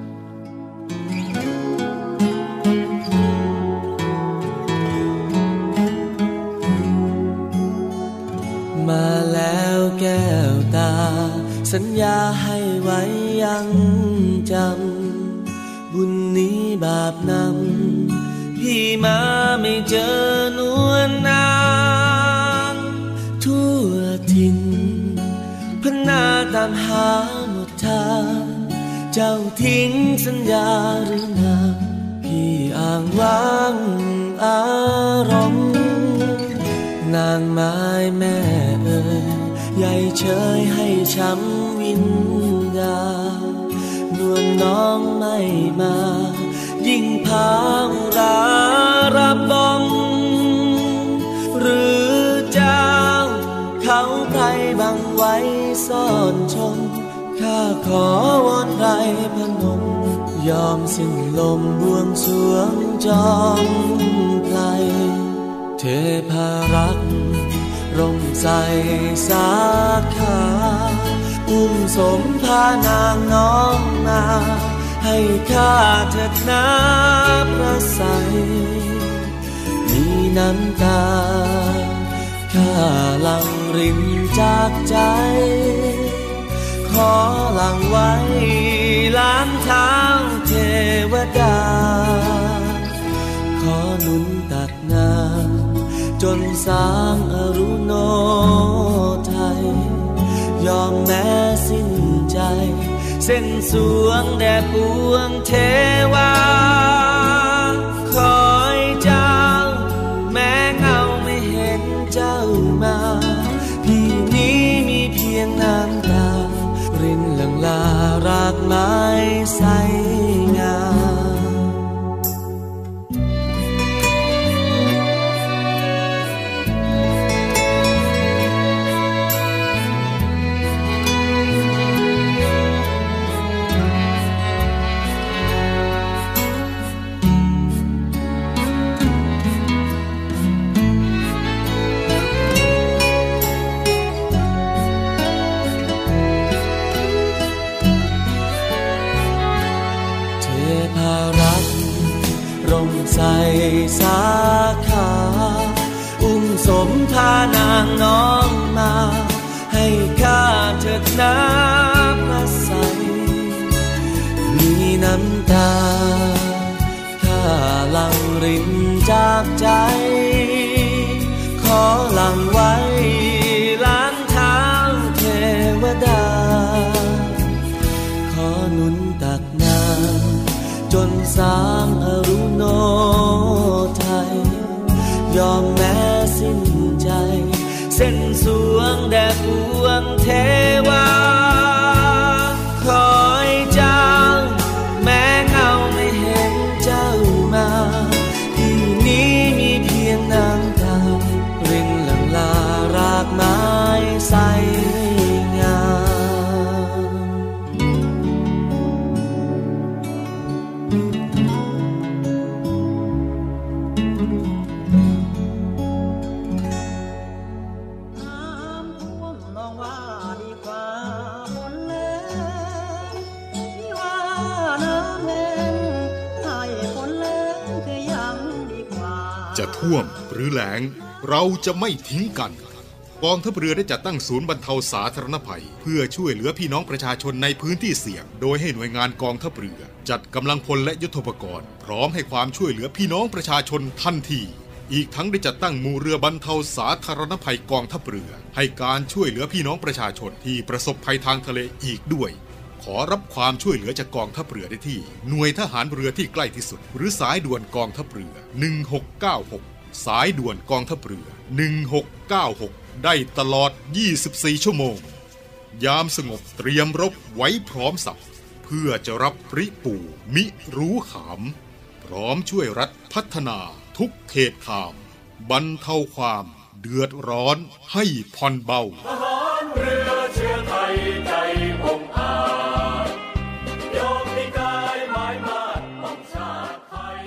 มาแล้วแก้วตาสัญญาให้ไว้ยังจำบุญนี้บาปนำพี่มาไม่เจอนวลนางทั่วถิ่นพนาตามหาหมดทางเจ้าทิ้งสัญญาหรือนางพี่อ้างว้างอารมณ์นางไม้แม่เอ่ยใหญ่เชยให้ช้ำวิญญาณนวลน้องไม่มายิ่งพางราระบมหรือเจ้าเขาใครบังไว้ซ่อนชมข้าขอวอนไรพนมยอมสิ้นลมบวงสรวงจอมไพรเทพารักษ์ร่มใสสาขาอุ้มสมพานางน้องนาให้ข้าเถิดน้ำพระใสมีน้ำตาข้าหลั่งรินจากใจขอหลั่งไว้ล้างเท้าเทวดาขอหนุนตักน้ำจนสางอรุโนไทยยอมแม้สิ้นใจเส้นสวงแด่ปวงเทวาคอยเจ้าแม้เงาไม่เห็นเจ้ามาพี่นี้มีเพียงน้ำตารินหลั่งลารากไม้ใสงามใส่สาขาอุ้มสมพานางน้องมาให้ข้าเถิดน้ำพระใสมีน้ำตาข้าหลั่งรินจากใจขอหลั่งไว้ล้างเท้าเทวดาขอหนุนตักน้ำจนสางอรุโนไทยยอมแม้สิ้นใจเส้นสวงแด่ปวงเทวาคอยเจ้าแม้เงาไม่เห็นเจ้ามาที่นี้มีเพียงน้ำตารินหลั่งลารากไม้ใสงามจะท่วมหรือแล้งเราจะไม่ทิ้งกันกองทัพเรือได้จัดตั้งศูนย์บรรเทาสาธารณภัยเพื่อช่วยเหลือพี่น้องประชาชนในพื้นที่เสี่ยงโดยให้หน่วยงานกองทัพเรือจัดกำลังพลและยุทโธปกรณ์พร้อมให้ความช่วยเหลือพี่น้องประชาชนทันทีอีกทั้งได้จัดตั้งหมู่เรือบรรเทาสาธารณภัยกองทัพเรือให้การช่วยเหลือพี่น้องประชาชนที่ประสบภัยทางทะเลอีกด้วยขอรับความช่วยเหลือจากกองทัพเรือได้ที่หน่วยทหารเรือที่ใกล้ที่สุดหรือสายด่วนกองทัพเรือหนึ่งหกเก้าหกสายด่วนกองทัพเรือหนึ่งหกเก้าหกได้ตลอดยี่สิบสี่ชั่วโมงยามสงบเตรียมรบไว้พร้อมสับเพื่อจะรับริปู่มิรู้ขามพร้อมช่วยรัฐพัฒนาทุกเขตขามบรรเทาความเดือดร้อนให้ผ่อนเบาทหารเรือเชื้อไทยใจองอาจยอมให้กายหมายมาดของชาติไทย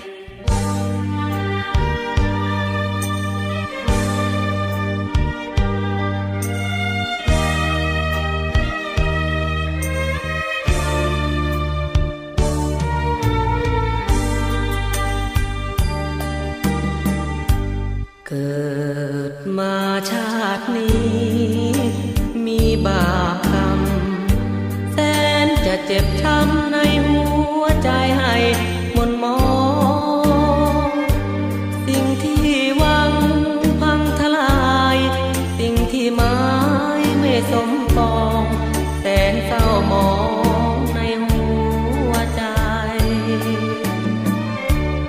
เกิดมาชาตินี้มีบาปกรรมแสนจะเจ็บช้ำในหัวใจให้หม่นหมองสิ่งที่หวังพังทลายสิ่งที่หมายไม่สมปองแสนเศร้าหมองในหัวใจ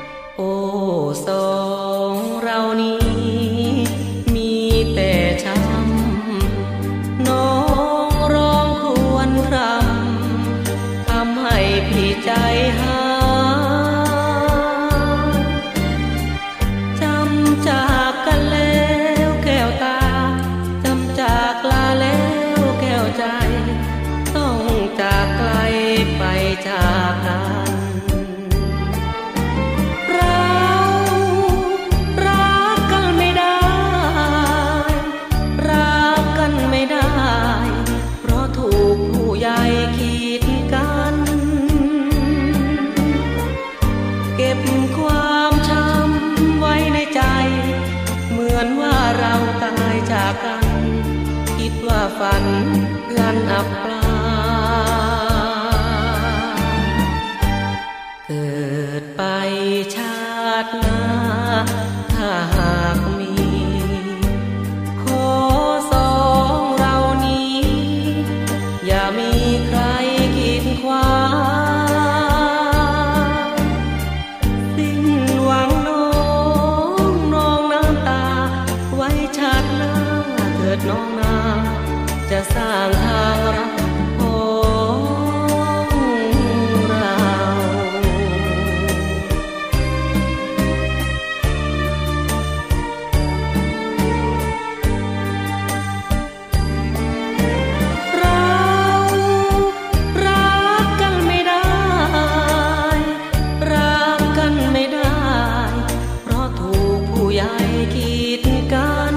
พี่ใจหายจำจากกันแล้วแก้วตาจำจากลาแล้วแก้วใจต้องจากไกลไปจากกันฝันพลันอับปลาเกิดไปชาติหน้าถ้าหากมีขอสองเรานี้อย่ามีใครกีดขวางสิ้นหวังน้องน้องน้ำตาไว้ชาติหน้าเกิดน้องนาจะสร้างทางรักของเราเรารักกันไม่ได้รักกันไม่ได้เพราะถูกผู้ใหญ่กีดกัน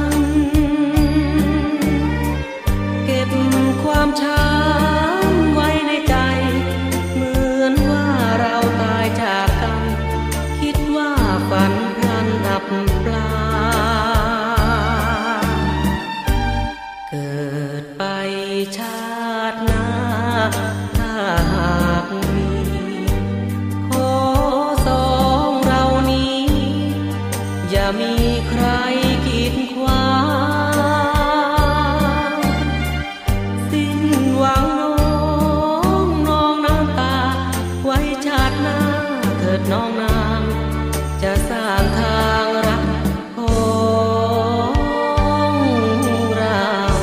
ความช้ำไว้ในใจเหมือนว่าเราตายจากกันคิดว่าฝันพลันอับปลาเกิดไปชาติหน้าถ้าหากมีขอสองเรานี้อย่ามีใครกีดขวางหวังน้องน้องน้ำตาไว้ชาติหน้าเกิดน้องนางจะสร้างทางรักของเรา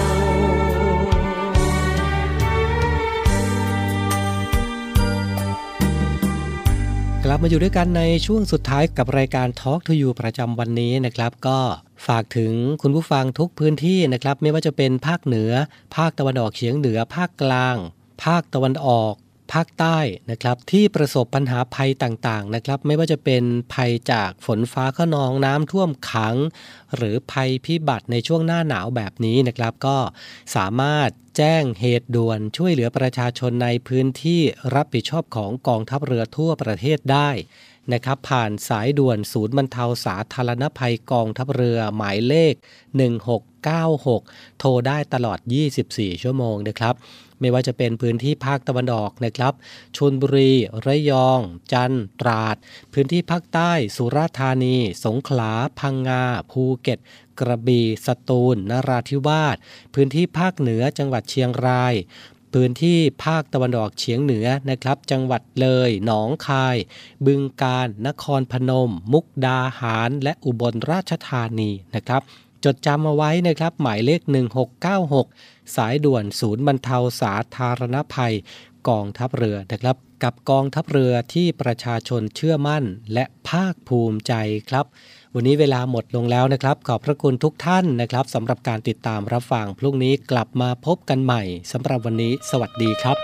กลับมาอยู่ด้วยกันในช่วงสุดท้ายกับรายการ Talk to You ประจำวันนี้นะครับก็ฝากถึงคุณผู้ฟังทุกพื้นที่นะครับไม่ว่าจะเป็นภาคเหนือภาคตะวันออกเฉียงเหนือภาคกลางภาคตะวันออกภาคใต้นะครับที่ประสบปัญหาภัยต่างๆนะครับไม่ว่าจะเป็นภัยจากฝนฟ้าคะนองน้ำท่วมขังหรือภัยพิบัติในช่วงหน้าหนาวแบบนี้นะครับก็สามารถแจ้งเหตุด่วนช่วยเหลือประชาชนในพื้นที่รับผิดชอบของกองทัพเรือทั่วประเทศได้นะครับผ่านสายด่วนศูนย์บรรเทาสาธารณภัยกองทัพเรือหมายเลขหนึ่งหกเก้าหกโทรได้ตลอดยี่สิบสี่ชั่วโมงนะครับไม่ว่าจะเป็นพื้นที่ภาคตะวันออกนะครับชลบุรีระยองจันทร์ตราดพื้นที่ภาคใต้สุราษฎร์ธานีสงขลาพังงาภูเก็ตกระบี่สตูลนราธิวาสพื้นที่ภาคเหนือจังหวัดเชียงรายพื้นที่ภาคตะวันออกเฉียงเหนือนะครับจังหวัดเลยหนองคายบึงกาฬนครพนมมุกดาหารและอุบลราชธานีนะครับจดจำเอาไว้นะครับหมายเลขหนึ่งหกเก้าหกสายด่วนศูนย์บรรเทาสาธารณภัยกองทัพเรือนะครับกับกองทัพเรือที่ประชาชนเชื่อมั่นและภาคภูมิใจครับวันนี้เวลาหมดลงแล้วนะครับขอบพระคุณทุกท่านนะครับสำหรับการติดตามรับฟังพรุ่งนี้กลับมาพบกันใหม่สำหรับวันนี้สวัสดีครับ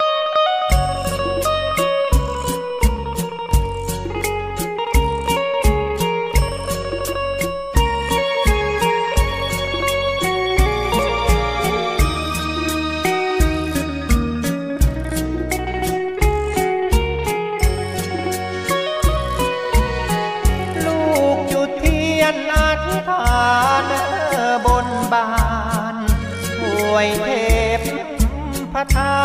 วยเทพพระทั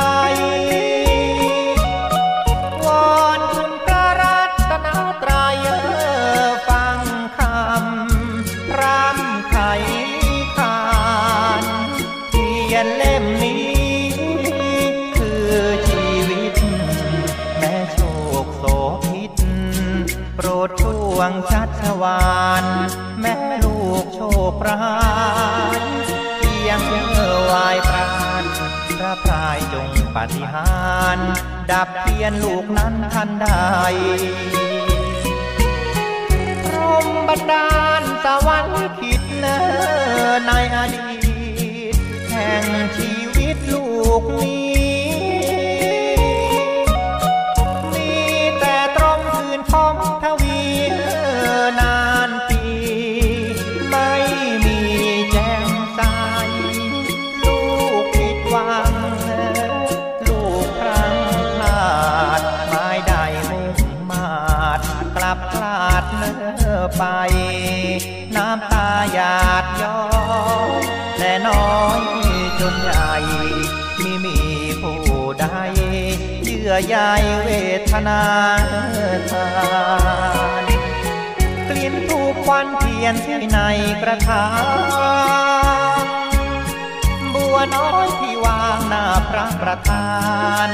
ยวอนคุณพระรัตนตรัยฟังคำพร่ำไขคานเขียนเล่มนี้คือชีวิตแม้โชคโสภิตโปรดช่วงชัชวานแม้ลูกโชคร้ายเพียงเมื่อวายปราณพระระพรายจงปาฏิหาริย์ดับเทียนลูกนั้นทันใดพรหมบันดาลสวรรค์คิดเนอในอดีตแห่งชีวิตลูกนี้มีแต่ตรงคืนของทวีนานปีไม่มีแจ่มใสลูกผิดหวังลูกพลั้งพลาดไม่ได้มุ่งมาดกลับพลาดเนื้อไปน้ำตาหยาดย้อยและน้อยจนใหญ่ไม่มีผู้ใดเยื่อใยเวทนาทานกลิ่นทูปควันเทียนที่ในกระถางบัวน้อยที่วางหน้าพระประธาน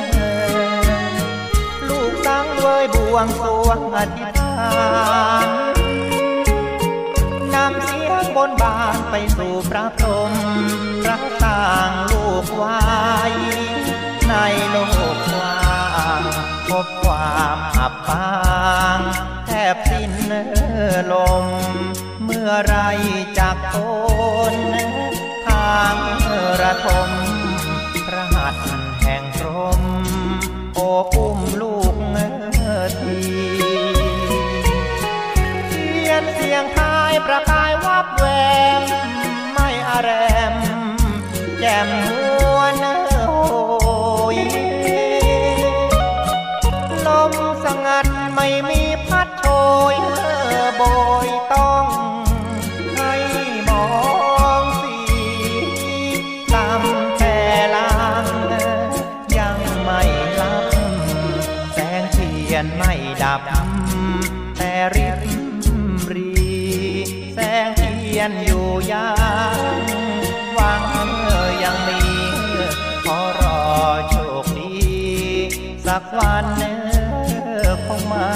ลูกสังเวยบวงสรวงอธิษฐานนำเสียงบนบานไปสู่พระพรหมพระต่างลูกไว้ในโลกกว้างพบความอับปางแทบสิ้นลมเมื่อไรจากโคนทางระทมพระหัตถ์แห่งพรหมโอบอุ้มลูกทีเทียนเสียงทายประกายวับแวมไม่อาแรมแจ่มหวนโอยลมสงัดไม่มีพัดโชยโบยต้องให้มองสีตามแต่ลางยังไม่ลับแสงเทียนไม่ดับแต่ริบรีแสงเทียนอยู่ยังหวังยังมีขอรอโชคดีสักวันคงมา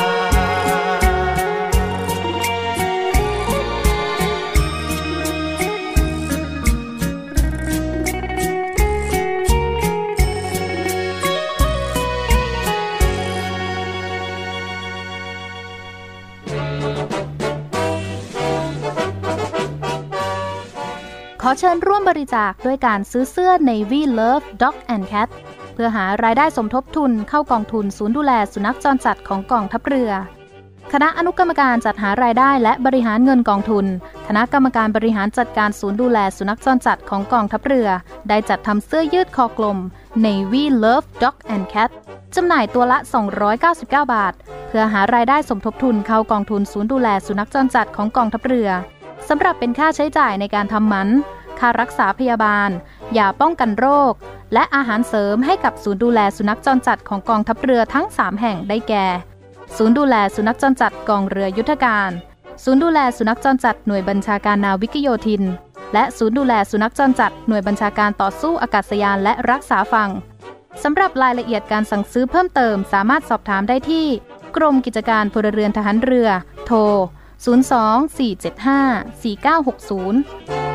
ขอเชิญร่วมบริจาคด้วยการซื้อเสื้อ Navy Love Dog and Cat เพื่อหารายได้สมทบทุนเข้ากองทุนศูนย์ดูแลสุนัขจรจัดของกองทัพเรือคณะอนุกรรมการจัดหารายได้และบริหารเงินกองทุนคณะกรรมการบริหารจัดการศูนย์ดูแลสุนัขจรจัดของกองทัพเรือได้จัดทำเสื้อยืดคอกลม Navy Love Dog and Cat จำหน่ายตัวละสองร้อยเก้าสิบเก้าบาทเพื่อหารายได้สมทบทุนเข้ากองทุนศูนย์ดูแลสุนัขจรจัดของกองทัพเรือสำหรับเป็นค่าใช้จ่ายในการทำหมันค่ารักษาพยาบาลยาป้องกันโรคและอาหารเสริมให้กับศูนย์ดูแลสุนัขจรจัดของกองทัพเรือทั้งสามแห่งได้แก่ศูนย์ดูแลสุนัขจรจัดกองเรือยุทธการศูนย์ดูแลสุนัขจรจัดหน่วยบัญชาการนาวิกโยธินและศูนย์ดูแลสุนัขจรจัดหน่วยบัญชาการต่อสู้อากาศยานและรักษาฝั่งสำหรับรายละเอียดการสั่งซื้อเพิ่มเติมสามารถสอบถามได้ที่กรมกิจการพลเรือนทหารเรือโทรศูนย์ สอง สี่ เจ็ด ห้า สี่ เก้า หก ศูนย์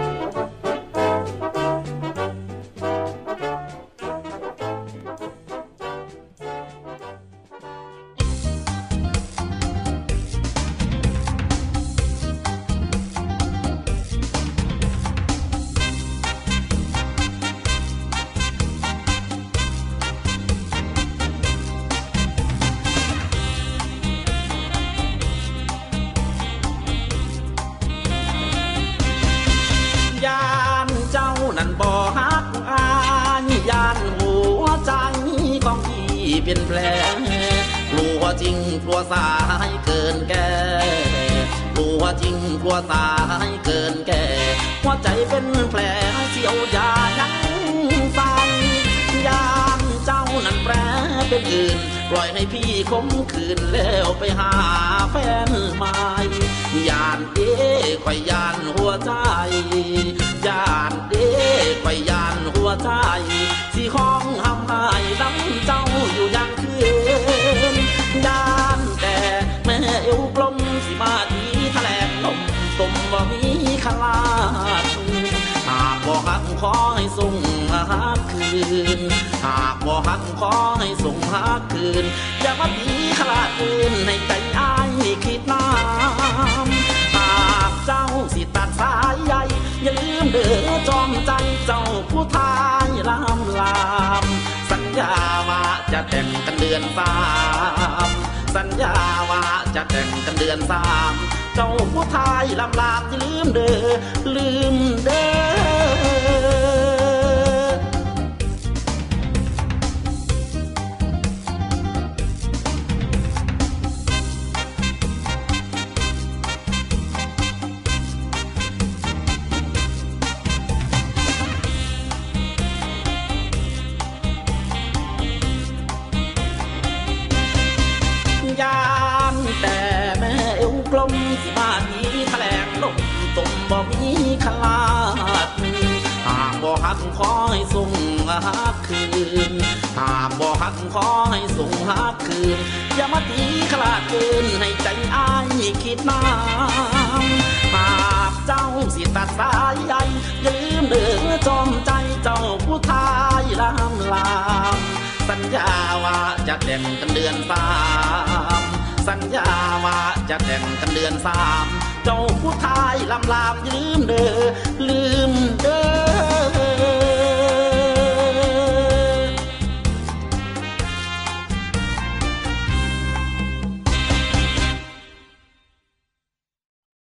เป็นแผลกลัวจริงกลัวสายเกินแก่กลัวจริงกลัวสายเกินแก่หัวใจเป็นแผลเสียวยายังสั่นยามเจ้านั้นแปรเป็นอื่นปล่อยให้พี่คมคืนแล้วไปหาแฟนใหม่ยานเอ้ข่อยยานหัวใจยานเอ้ข่อยยานหัวใจสิของทำให้น้ำเจ้าอยู่ยังคืนยานแต่แม่เอวกลมสิมาทีแถลงนมตมว่ามีขลาดหากบ่หักขอให้ส่งหักคืหักขอให้ส่งหักคืนอย่ามาตีขลาดคืนให้ใจอ้ายคิดน้ำหากเจ้าสิตัดสายใยอย่าลืมเด้อจอมใจเจ้าผู้ทายลำลำสัญญาว่าจะแต่งกันเดือนสามสัญญาว่าจะแต่งกันเดือนสามเจ้าผู้ทายลำลำอย่าลืมเด้อลืมเด้อยานแต่แม่เอวกลมสิมาทีแถลงลมตมบ่มีขลาดหากบ่หักขอให้ส่งหักคืนหากบ่หักขอให้ส่งหักคืนอย่ามาตีขลาดเกินให้ใจอ้ายคิดน้ำหากเจ้าสิตัดสายใยอย่าลืมเด้อจอมใจเจ้าผู้ทายลำลำสัญญาว่าจะแต่งกันเดือนสามสัญญาว่าจะแต่งกันเดือนสามเจ้าผู้ทายลำลามอย่าลืมเด้อ